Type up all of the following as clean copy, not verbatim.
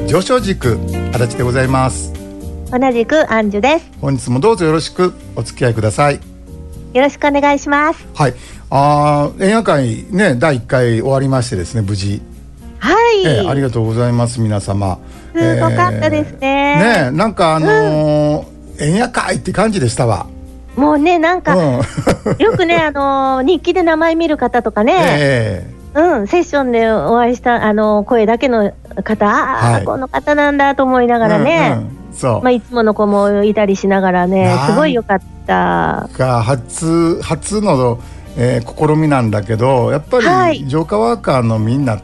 上昇軸足立でございます。 同じくアンジュです。 本日もどうぞよろしくお付き合いください。 よろしくお願いします。 はい、映画会ね、第1回終わりましてですね、無事。 はい、 ありがとうございます。皆様すごかったですね。 なんか映画会って感じでしたわ。 もうね、なんか、よくね、日記で名前見る方とかね、セッションでお会いした声だけの方、この方なんだと思いながらね、そう、いつもの子もいたりしながらね、すごいよかった。 初の、試みなんだけど、やっぱり浄化ワーカーのみんなって、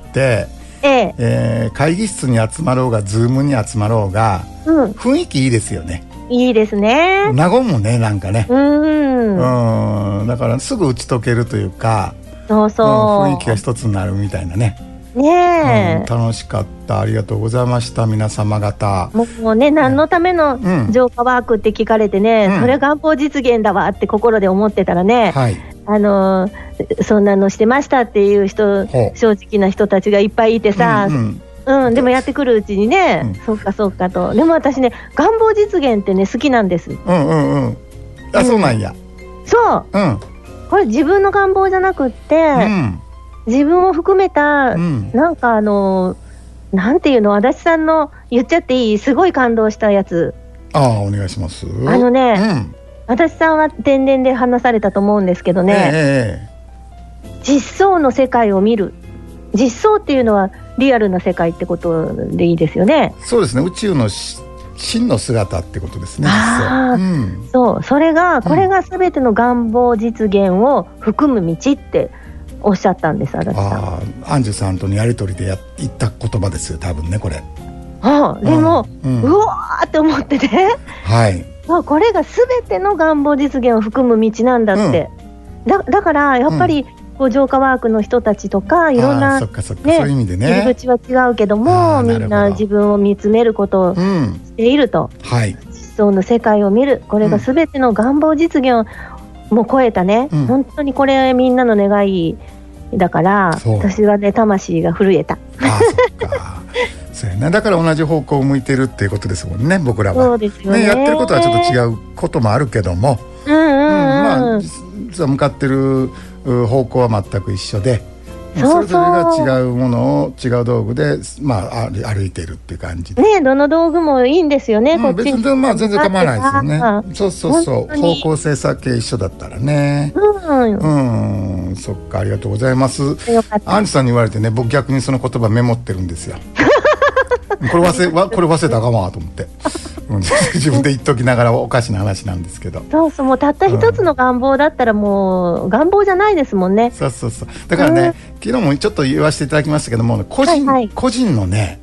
会議室に集まろうがズームに集まろうが、雰囲気いいですよね。 いいですね。 和むね、なんかね。だからすぐ打ち解けるというか、雰囲気が一つになるみたいなね。楽しかった。ありがとうございました、皆様方。 もうね、何のための浄化ワークって聞かれてね、それ願望実現だわって心で思ってたらね、そんなのしてましたっていう人、正直な人たちがいっぱいいてさ、でもやってくるうちにね、そうかそうかと。でも私ね、願望実現ってね、好きなんです。 そうなんや。 そう、これ自分の願望じゃなくって、自分を含めた、なんかなんていうの、足立さんの言っちゃっていい、すごい感動したやつ。 お願いします。 足立さんは天然で話されたと思うんですけどね、実相の世界を見る。実相っていうのはリアルな世界ってことでいいですよね。 そうですね、宇宙の真の姿ってことですね。 そう、これが全ての願望実現を含む道っておっしゃったんです、足立さん。 アンジュさんとのやり取りで言った言葉ですよ、多分ね、これ。 でも、うわーって思ってね、これが全ての願望実現を含む道なんだって。だからやっぱり、浄化ワークの人たちとか、いろんな、そういう意味でね、入り口は違うけども、みんな自分を見つめることをしていると、実相の世界を見る、これが全ての願望実現をも超えたね、本当にこれみんなの願いだから、私はね、魂が震えた。 そうやな、だから同じ方向を向いてるっていうことですもんね、僕らは。 そうですよね。 やってることはちょっと違うこともあるけども、実は向かってる方向は全く一緒で、それぞれが違うものを違う道具で、歩いているっていう感じでね。 どの道具もいいんですよね、こっちに。 別に全然構わないですよね。そう方向性さえ一緒だったらね。そっか、ありがとうございます。アンジさんに言われてね、僕逆にその言葉メモってるんですよ。これ忘れたらあかんわと思って。自分で言っときながらおかしな話なんですけど、 もうたった一つの願望だったらもう願望じゃないですもんね。 だからね、昨日もちょっと言わせていただきましたけども、個人のね、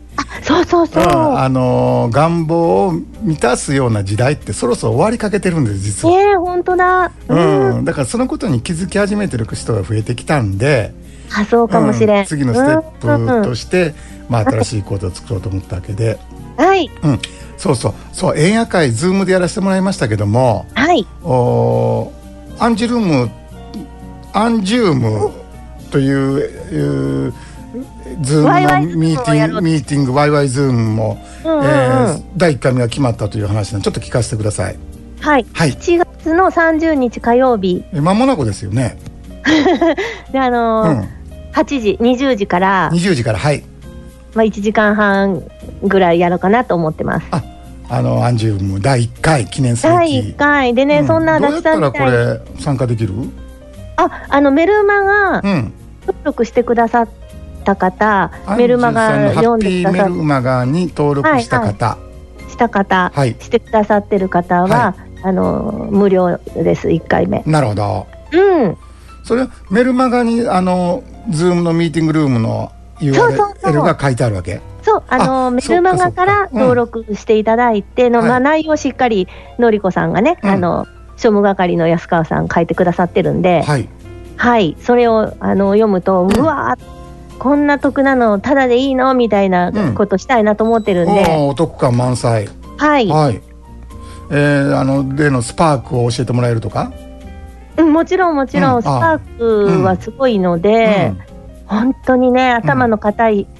願望を満たすような時代ってそろそろ終わりかけてるんです、実は。 本当だ。 だからそのことに気づき始めてる人が増えてきたんで、 そうかもしれん。 次のステップとして、新しいことを作ろうと思ったわけで、そう映画会ズームでやらせてもらいましたけども、アンジュームというズームのミーティング、ワイワイズームも第1回目が決まったという話なので、ちょっと聞かせてください。 7月の30日火曜日、 間もなくですよね。 で8時20時から1時間半ぐらいやろうかなと思ってます。 アンジューム第1回記念すべき第1回でね、そんな足立さんみたいにどうやったらこれ参加できる？ メルマガ登録してくださった方、メルマガ読んでくださった、 メルマガに登録した方、 してくださってる方は、無料です、1回目。 なるほど。それメルマガにズームのミーティングルームの URL が書いてあるわけ？ メルマガから登録していただいて内容をしっかりのりこさんがね、庶務係の安川さん書いてくださってるんで、それを読むと、うわー、こんな得なのただでいいのみたいなことしたいなと思ってるんで、 お得感満載。例のスパークを教えてもらえるとか？ もちろんスパークはすごいので、本当にね、頭の固い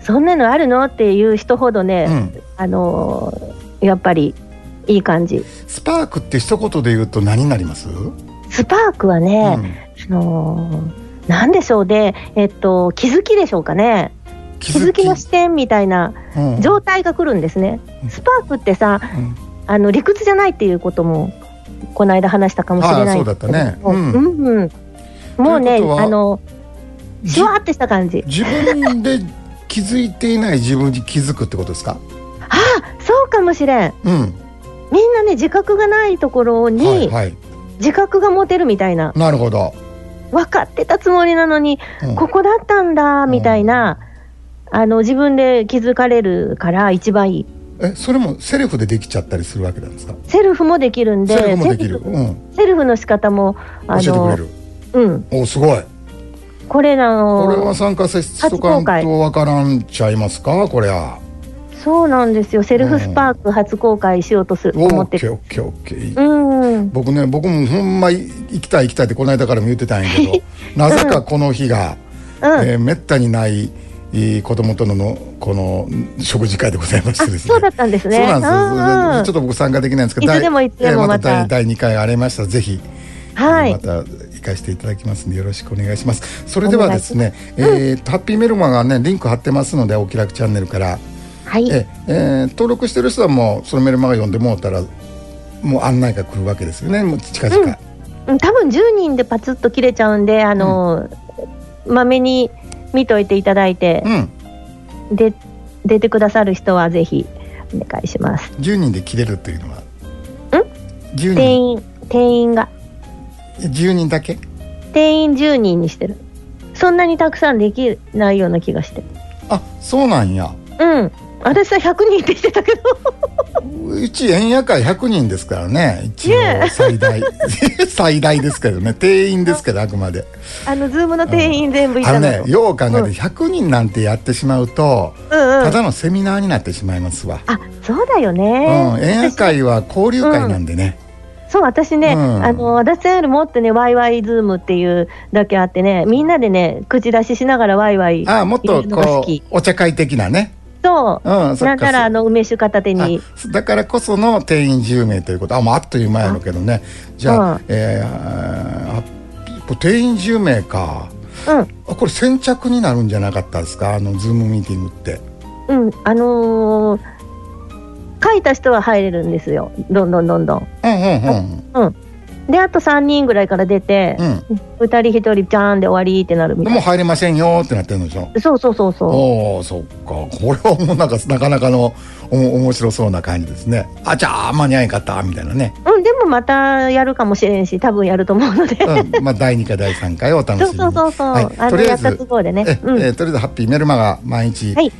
そんなのあるのっていう人ほどね、やっぱりいい感じ。 スパークって一言で言うと何になります？ スパークはね、なんでしょうね、気づきでしょうかね。気づきの視点みたいな状態が来るんですね。スパークってさ、理屈じゃないっていうこともこの間話したかもしれないそうだったね。 もうね、シュワーってした感じ。 自分で気づいていない自分に気づくってことですか？ そうかもしれん。みんなね、自覚がないところに自覚が持てるみたいな。 なるほど。 分かってたつもりなのに、ここだったんだみたいな、自分で気づかれるから一番いい。 それもセルフでできちゃったりするわけなんですか？ セルフもできるんで、 セルフもできる。 セルフの仕方も教えてくれる。お、すごい。 これは参加しとかんとわからんちゃいますか？これは。 そうなんですよ。セルフスパーク初公開しようと思ってる。 オッケー。僕もほんま行きたいってこの間からも言ってたんやけどなぜかこの日が、めったにない子供とのこの食事会でございましてですね。 そうだったんですね。 そうなんです。ちょっと僕参加できないんですけど、 いつでもまた第2回ありましたらぜひまた行かせていただきますのでよろしくお願いします。それではですね、ハッピーメルマガね、リンク貼ってますので、お気楽チャンネルから、登録してる人はもうそのメルマガ読んでもらったらもう案内が来るわけですよね。もう近々、 多分10人でパツッと切れちゃうんで、まめに見といていただいて、で出てくださる人はぜひお願いします。 10人で切れるというのは定員が 10人だけ？ 定員10人にしてる。そんなにたくさんできないような気がして。 そうなんや。 私は100人って言ってたけどうち円夜会100人ですからね。一応最大最大ですけどね。定員ですけど、あくまでズームの定員全部いたのよ。 よう考えて100人なんてやってしまうと、ただのセミナーになってしまいますわ。 そうだよね。 円夜会は交流会なんでね。 そう、私ね、私よりもっとね、ワイワイズームっていうだけあってね、みんなでね、口出ししながらワイワイもっとこうお茶会的なね。 そう、なんなら梅酒片手に。 だからこその定員10名ということ。あっという間やろうけどね。じゃあ、定員10名か。これ先着になるんじゃなかったですか？ズームミーティングって。 書いた人は入れるんですよ。どんどん。で、あと3人ぐらいから出て、2人1人じゃーんで終わりってなるみたいな。 もう入れませんよってなってるんでしょ？そう。そっか。これはもうなかなかの面白そうな感じですね。じゃあ間に合いかったみたいなね。 でもまたやるかもしれんし、多分やると思うので。 第2回第3回をお楽しみに。 そう。 とりあえずとりあえずハッピーメルマガ毎日読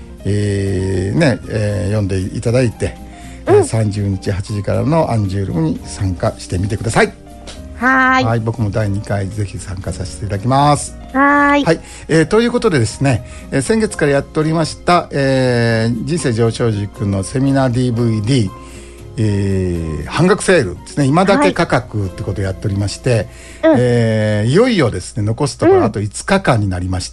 んでいただいて、30日8時からのアンジュルムに参加してみてください。はい、僕も第2回ぜひ参加させていただきます。ということでですね、先月からやっておりました、人生上昇塾のセミナー DVD、半額セールですね。今だけ価格ってことをやっておりまして、いよいよですね、残すところあと5日間になりました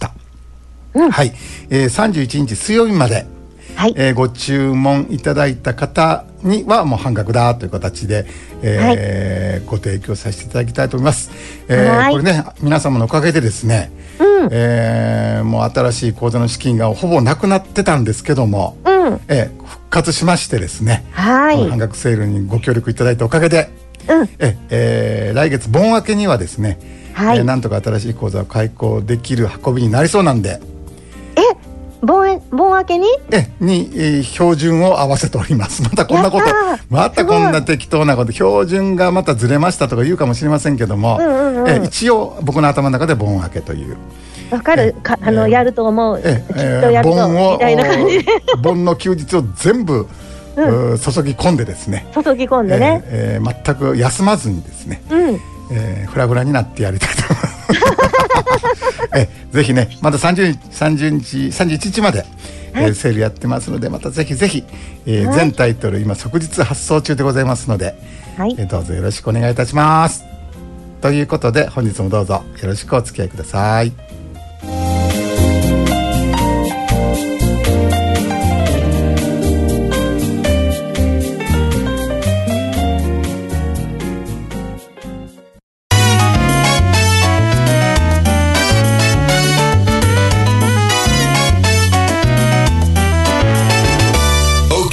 。31日水曜日まで、ご注文いただいた方にはもう半額だという形で、ご提供させていただきたいと思います。これね、皆様のおかげでですね、もう新しい口座の資金がほぼなくなってたんですけども、復活しましてですね、半額セールにご協力いただいたおかげで、来月盆明けにはですね、なんとか新しい口座を開講できる運びになりそうなんで、 盆明けに標準を合わせております。またこんなこと、またこんな適当なこと、標準がまたずれましたとか言うかもしれませんけども、一応僕の頭の中で盆明けという。 わかる、やると思う。きっとやるとみたいな感じで。 盆の休日を全部注ぎ込んでですね。 注ぎ込んでね。 全く休まずにですね。フラフラになってやりたいと思います。ぜひね、まだ31日まで、セールやってますので、またぜひ、全タイトル今即日発送中でございますので、どうぞよろしくお願いいたします。ということで本日もどうぞよろしくお付き合いください。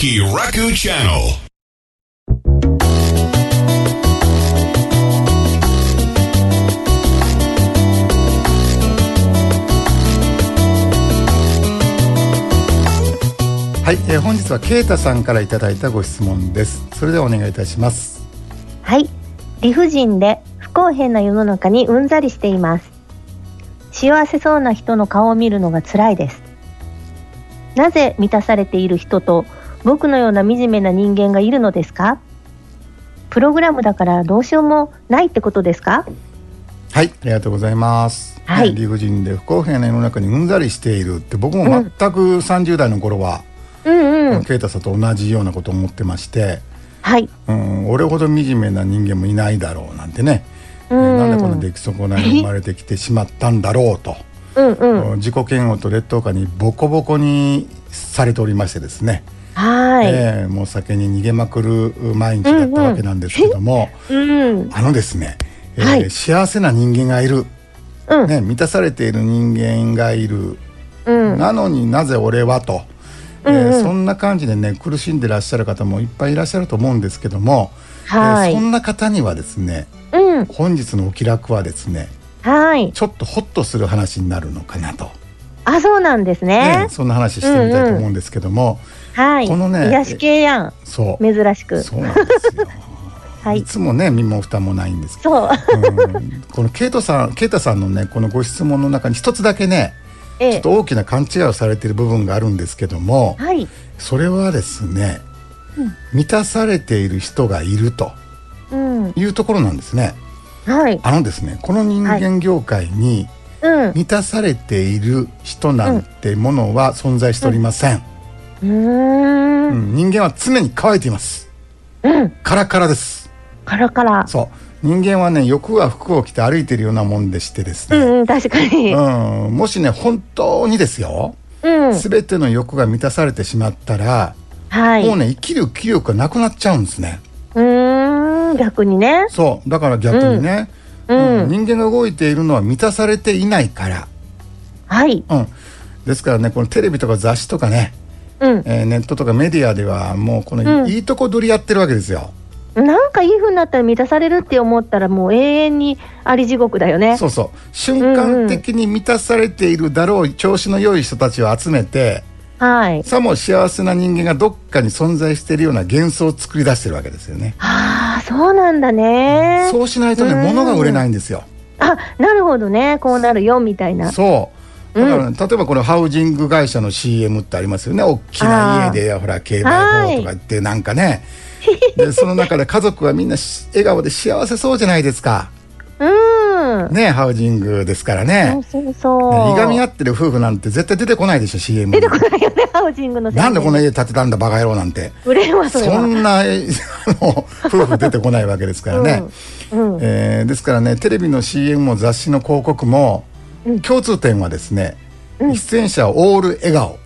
Kiraku Channel。 はい、本日はケイタさんからいただいたご質問です。それではお願いいたします。 はい、理不尽で不公平な世の中にうんざりしています。幸せそうな人の顔を見るのが辛いです。なぜ満たされている人と僕のような惨めな人間がいるのですか？プログラムだからどうしようもないってことですか？ はい、ありがとうございます。はい、理不尽で不公平な世の中にうんざりしているって僕も全く30代の頃は、ケイタさんと同じようなことを思ってまして、はい、俺ほど惨めな人間もいないだろうなんてね、なんでこんな出来損ないに生まれてきてしまったんだろうと自己嫌悪と劣等感にボコボコにされておりましてですね、はいもう酒に逃げまくる毎日だったわけなんですけども、ですね、幸せな人間がいる、満たされている人間がいる、なのになぜ俺はと、そんな感じでね苦しんでらっしゃる方もいっぱいいらっしゃると思うんですけども、そんな方にはですね、本日のお気楽はですね、ちょっとホッとする話になるのかなと。 あ、そうなんですね。 そんな話してみたいと思うんですけども、このね癒し系やん。そう珍しくそうなんですよいつもね身も蓋もないんですけど、このケイタさんのねこのご質問の中に一つだけね、ちょっと大きな勘違いをされている部分があるんですけども、それはですね、満たされている人がいるというところなんですね。ですね、この人間業界に満たされている人なんてものは存在しておりません。人間は常に乾いています。カラカラです。カラカラ。そう人間はね欲は服を着て歩いているようなもんでしてですね、 確かに、 もしね本当にですよ、全ての欲が満たされてしまったら、もうね生きる気力がなくなっちゃうんですね。 逆にね。 そうだから逆にね、人間が動いているのは満たされていないから、ですからねこのテレビとか雑誌とかね、ネットとかメディアではもうこのいいとこ取りやってるわけですよ。 なんかいい風になったら満たされるって思ったらもう永遠にあり地獄だよね。 そうそう瞬間的に満たされているだろう調子の良い人たちを集めて、さも幸せな人間がどっかに存在しているような幻想を作り出してるわけですよね。 そうなんだね。 そうしないとね物が売れないんですよ。 なるほどね、こうなるよみたいな。 そうだからね、例えばこのハウジング会社の CM ってありますよね。大きな家でほら競売法とか言ってなんかねでその中で家族はみんな笑顔で幸せそうじゃないですか。ね、ハウジングですからね。いがみ合ってる夫婦なんて絶対出てこないでしょ CM に。 出てこないよねハウジングの。 なんでこの家建てたんだバカ野郎なんて。そんな夫婦出てこないわけですからね。ですからねテレビの CM も雑誌の広告も、共通点はですね、出演者オール笑顔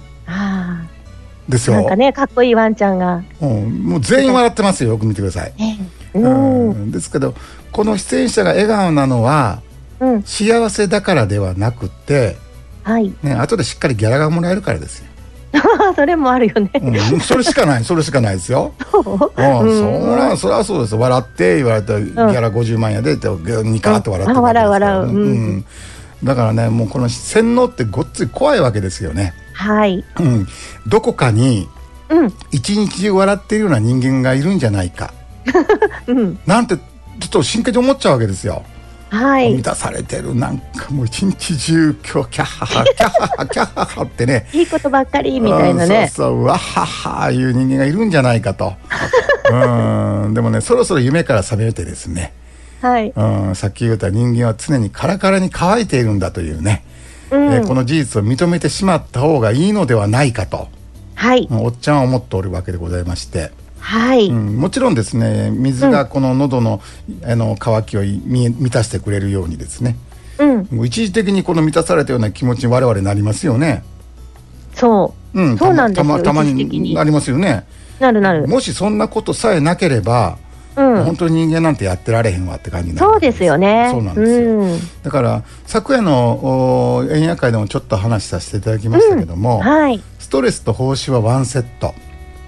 ですよ。 なんかねかっこいいワンちゃんが、 もう全員笑ってますよ。よく見てください。ですけどこの出演者が笑顔なのは、幸せだからではなくて、後でしっかりギャラがもらえるからですよ。 それもあるよね。 それしかないそれしかないですよ。そりゃそうです。笑って言われたらギャラ50万円やでってニカーッと笑って笑う。 だからねもうこの洗脳ってごっつい怖いわけですよね。どこかに一日中笑っているような人間がいるんじゃないかなんてちょっと真剣に思っちゃうわけですよ。満たされてるなんかもう一日中今日キャッハハキャッハハキャッハハってねいいことばっかりみたいなね。 そうわははいう人間がいるんじゃないかとでもねそろそろ夢から覚めてですね、さっき言った人間は常にカラカラに乾いているんだというね、この事実を認めてしまった方がいいのではないかと、おっちゃんは思っておるわけでございまして、もちろんですね水がこの喉の、渇きを満たしてくれるようにですね、一時的にこの満たされたような気持ちに我々なりますよね。 そうなんですよ。 たまになりますよね。 なる。 もしそんなことさえなければ、本当に人間なんてやってられへんわって感じになる。 そうですよね。 そうなんですよ。だから昨夜の円夜会でもちょっと話させていただきましたけども、ストレスと報酬はワンセット。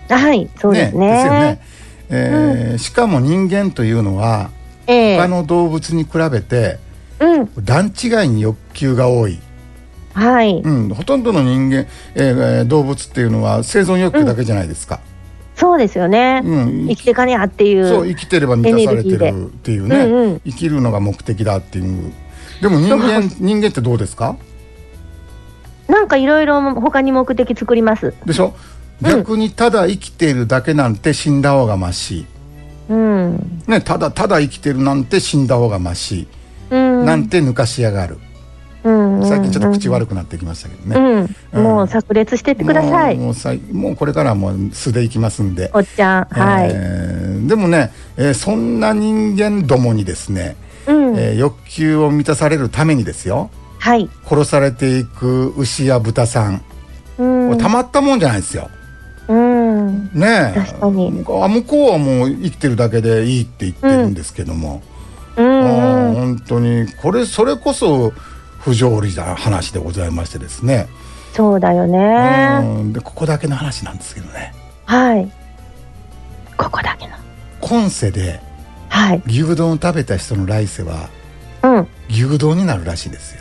はい、そうですね。 ですよね。しかも人間というのは、他の動物に比べて、段違いに欲求が多い。 はい。 ほとんどの人間、動物っていうのは生存欲求だけじゃないですか。 そうですよね。生きてかねやっていう。 そう、生きてれば満たされてるっていうね。生きるのが目的だっていう。でも人間ってどうですか？ なんかいろいろ他に目的作りますでしょ。逆にただ生きているだけなんて死んだ方がましい、ね、ただ生きてるなんて死んだ方がましい、なんて抜かしやがる。最近ちょっと口悪くなってきましたけどね、 もう炸裂してってください。 もうこれからはもう素でいきますんで、 おっちゃん、 でもね、そんな人間どもにですね、欲求を満たされるためにですよ、殺されていく牛や豚さん、たまったもんじゃないですよ。ねえ、 確かに。 向こうはもう生きてるだけでいいって言ってるんですけども、本当にそれこそ不条理な話でございましてですね。 そうだよね。 でここだけの話なんですけどね。 ここだけの。 今世で、牛丼を食べた人の来世は、牛丼になるらしいですよ。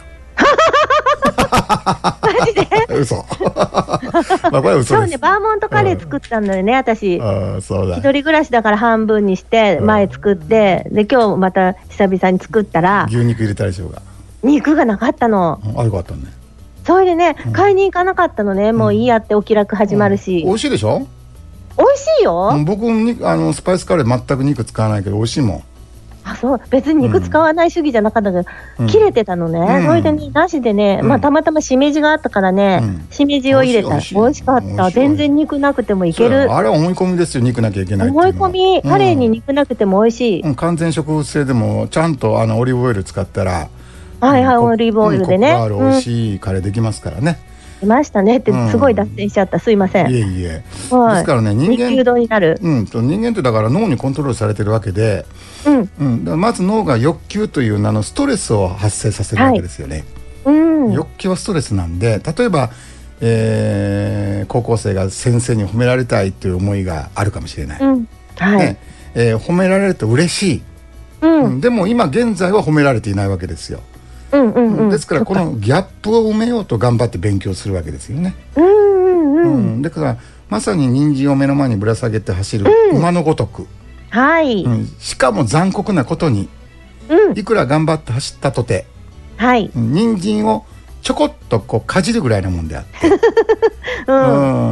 マジで？ 嘘。まあこれは嘘です。 そうね、バーモントカレー作ったのよね、私。 そうだ。 一人暮らしだから半分にして前作って、で今日また久々に作ったら牛肉入れたでしょうが。 肉がなかったの。 よかったね。 それでね、買いに行かなかったのね。もういいやってお気楽始まるし。 美味しいでしょ？ 美味しいよ。 僕スパイスカレー全く肉使わないけど美味しいもん。 そう、別に肉使わない主義じゃなかったけど、切れてたのね。それでね、なしでね、たまたましめじがあったからね、しめじを入れた。美味しかった。全然肉なくてもいける。 あれは思い込みですよ、肉なきゃいけないっていう思い込み。カレーに肉なくても美味しい。 完全植物性でもちゃんとオリーブオイル使ったら、 オリーブオイルでね、 コクがある美味しいカレーできますからね。 いましたねってすごい脱線しちゃった、すいません。 いえいえ。ですからね、人間、 肉牛丼になる。 人間ってだから脳にコントロールされてるわけで、まず脳が欲求という名のストレスを発生させるわけですよね。欲求はストレスなんで、例えば、高校生が先生に褒められたいという思いがあるかもしれない、褒められると嬉しい、でも今現在は褒められていないわけですよ。ですからこのギャップを埋めようと頑張って勉強するわけですよね。だからまさに人参を目の前にぶら下げて走る馬のごとく、しかも残酷なことに、いくら頑張って走ったとて、人参をちょこっとこうかじるぐらいなもんであって、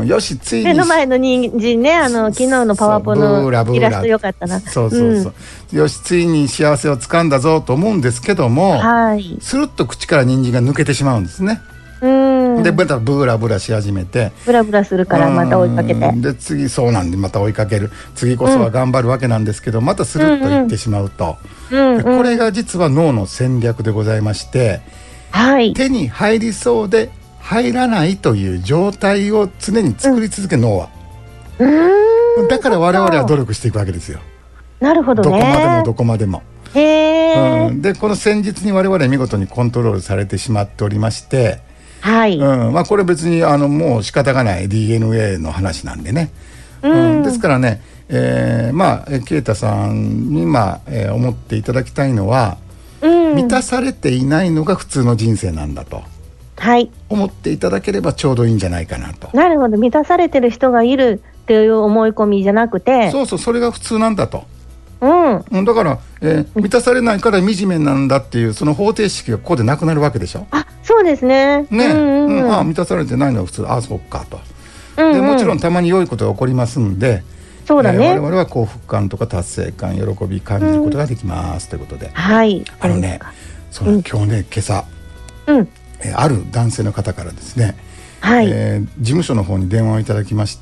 よしついに目の前の人参ね、昨日のパワポのイラストよかったな。 よしついに幸せをつかんだぞと思うんですけども、スルッと口から人参が抜けてしまうんですね。でまたブラブラし始めて、 ブラブラするからまた追いかけて、 で次そうなんでまた追いかける、次こそは頑張るわけなんですけど、またスルッといってしまうと、これが実は脳の戦略でございまして、手に入りそうで入らないという状態を常に作り続ける脳は、だから我々は努力していくわけですよ。 なるほどね。 どこまでも。でこの戦術に我々見事にコントロールされてしまっておりまして、これ別にもう仕方がない DNA の話なんでね、ですからね、啓太さんに思っていただきたいのは、満たされていないのが普通の人生なんだと、思っていただければちょうどいいんじゃないかなと。 なるほど、満たされてる人がいるっていう思い込みじゃなくて、 それが普通なんだと。だから、満たされないから惨めなんだっていうその方程式がここでなくなるわけでしょ。 そうですね。 満たされてないのは普通、そっかと。でもちろんたまに良いことが起こりますんで、我々は幸福感とか達成感、喜び感じることができますということで、今朝、ある男性の方からですね、事務所の方に電話をいただきまして、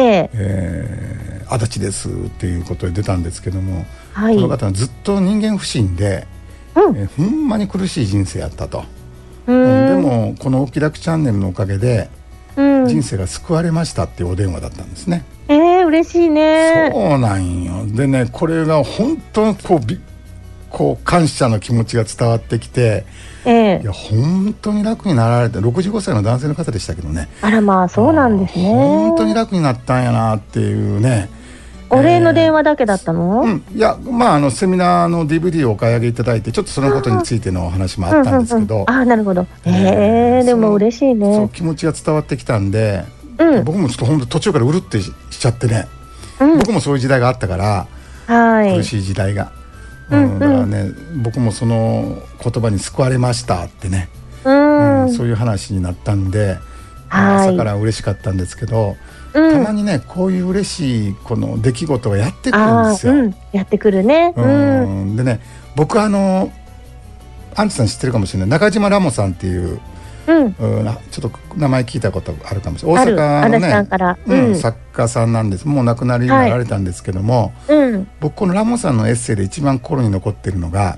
足立ですっていうことで出たんですけども、その方はずっと人間不信で、ほんまに苦しい人生やったと。でもこのお気楽チャンネルのおかげで人生が救われましたっていうお電話だったんですね。 嬉しいね。 そうなんよ。でね、これが本当にこう感謝の気持ちが伝わってきて、いや本当に楽になられて、65歳の男性の方でしたけどね。 あらまあそうなんですね。 本当に楽になったんやなっていうね。 お礼の電話だけだったの？ いや、まあセミナーの DVD をお買い上げいただいて、ちょっとそのことについてのお話もあったんですけど、 なるほど。でも嬉しいね。 そう気持ちが伝わってきたんで、僕もちょっと本当途中からうるってしちゃってね、僕もそういう時代があったから、苦しい時代が、だからね、僕もその言葉に救われましたってね、そういう話になったんで、朝から嬉しかったんですけど、たまにね、こういう嬉しいこの出来事がやってくるんですよ。 やってくるね。 でね、僕アンチさん知ってるかもしれない、中島ラモさんっていう、ちょっと名前聞いたことあるかもしれない、大阪のね、作家さんなんです。もう亡くなりになられたんですけども、僕このラモさんのエッセイで一番心に残ってるのが、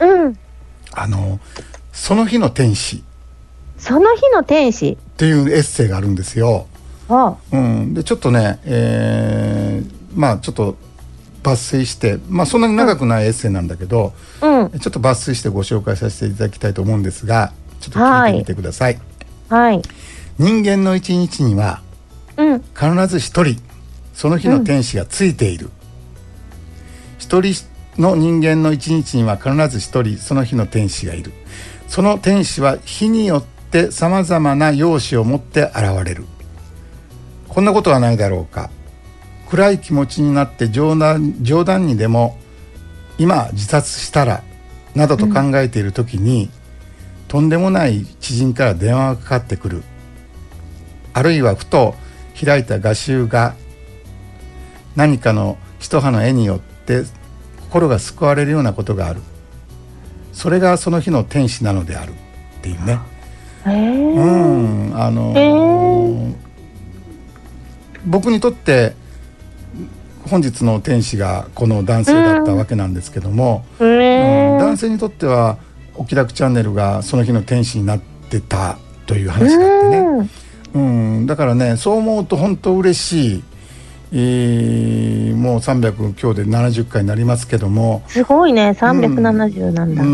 その日の天使、 その日の天使っていうエッセイがあるんですよ。でちょっとね、まあちょっと抜粋して、まあそんなに長くないエッセイなんだけど、ちょっと抜粋してご紹介させていただきたいと思うんですが、ちょっと聞いてみてください。人間の一日には、必ず一人その日の天使がついている。一人の人間の一日には必ず一人その日の天使がいる。その天使は日によってさまざまな容姿を持って現れる。こんなことはないだろうか。暗い気持ちになって冗談にでも今自殺したらなどと考えている時に、とんでもない知人から電話がかかってくる。あるいはふと開いた画集が何かの一葉の絵によって心が救われるようなことがある。それがその日の天使なのであるっていうね。僕にとって本日の天使がこの男性だったわけなんですけども、男性にとってはお気楽チャンネルがその日の天使になってたという話があってね、だからね、そう思うと本当嬉しい。もう300今日で70回になりますけども、 すごいね、370なんだ。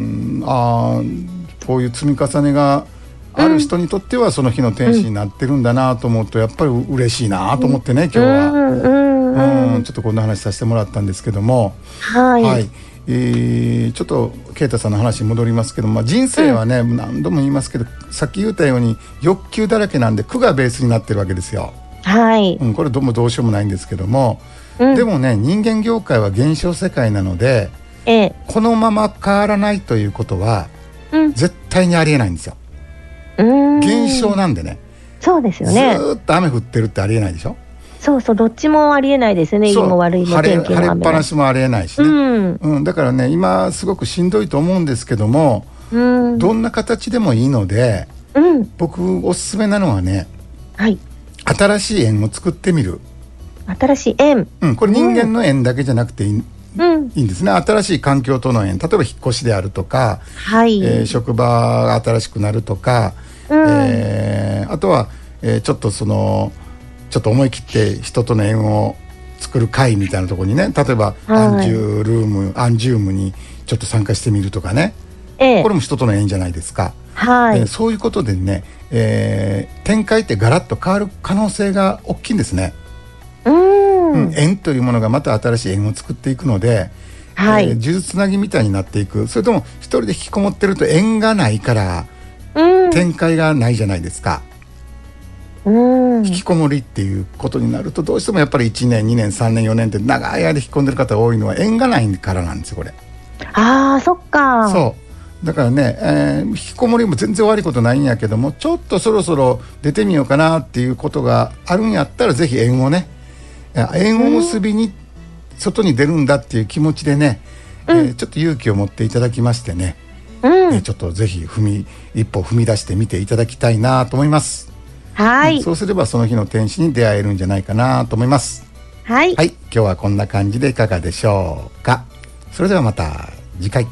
こういう積み重ねがある人にとってはその日の天使になってるんだなと思うと、やっぱり嬉しいなと思ってね、今日はちょっとこんな話させてもらったんですけども、ちょっと啓太さんの話に戻りますけども、人生はね、何度も言いますけど、さっき言ったように欲求だらけなんで、苦がベースになってるわけですよ。これどうしようもないんですけども、でもね、人間業界は現象世界なので、このまま変わらないということは、絶対にありえないんですよ。現象なんでね。 そうですよね。 ずっと雨降ってるってありえないでしょ。 そうそう、どっちもありえないですね。いいも悪いも天気も雨も。 晴れっぱなしもありえないしね。だからね、今すごくしんどいと思うんですけども、どんな形でもいいので、僕おすすめなのはね、新しい縁を作ってみる。新しい縁、これ人間の縁だけじゃなくていいんですね。新しい環境との縁、例えば引っ越しであるとか、職場が新しくなるとか、あとは、ちょっと思い切って人との縁を作る会みたいなところにね、例えばアンジュームにちょっと参加してみるとかね、これも人との縁じゃないですか。そういうことでね、展開ってガラッと変わる可能性が大きいんですね。縁というものがまた新しい縁を作っていくので、数珠つなぎみたいになっていく。それとも一人で引きこもってると縁がないから展開がないじゃないですか。引きこもりっていうことになると、どうしてもやっぱり1年2年3年4年って長い間引き込んでる方が多いのは縁がないからなんですよ、これ。そっか。そうだからね、引きこもりも全然悪いことないんやけども、ちょっとそろそろ出てみようかなっていうことがあるんやったら、ぜひ縁をね、縁を結びに外に出るんだっていう気持ちでね、ちょっと勇気を持っていただきましてね、ちょっとぜひ一歩踏み出してみていただきたいなと思います。そうすればその日の天使に出会えるんじゃないかなと思います。今日はこんな感じでいかがでしょうか。それではまた次回。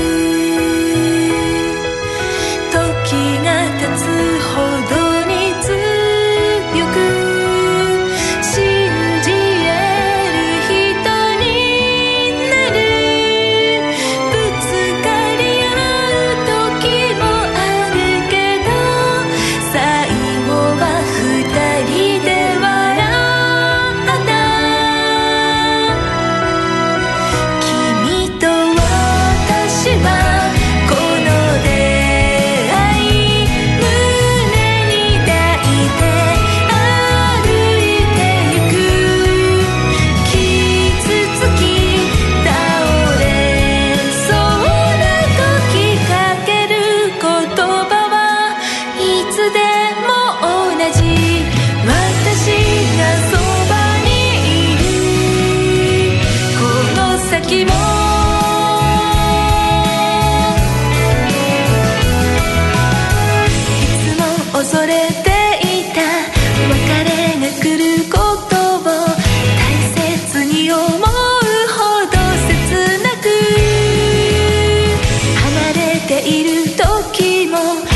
いる時も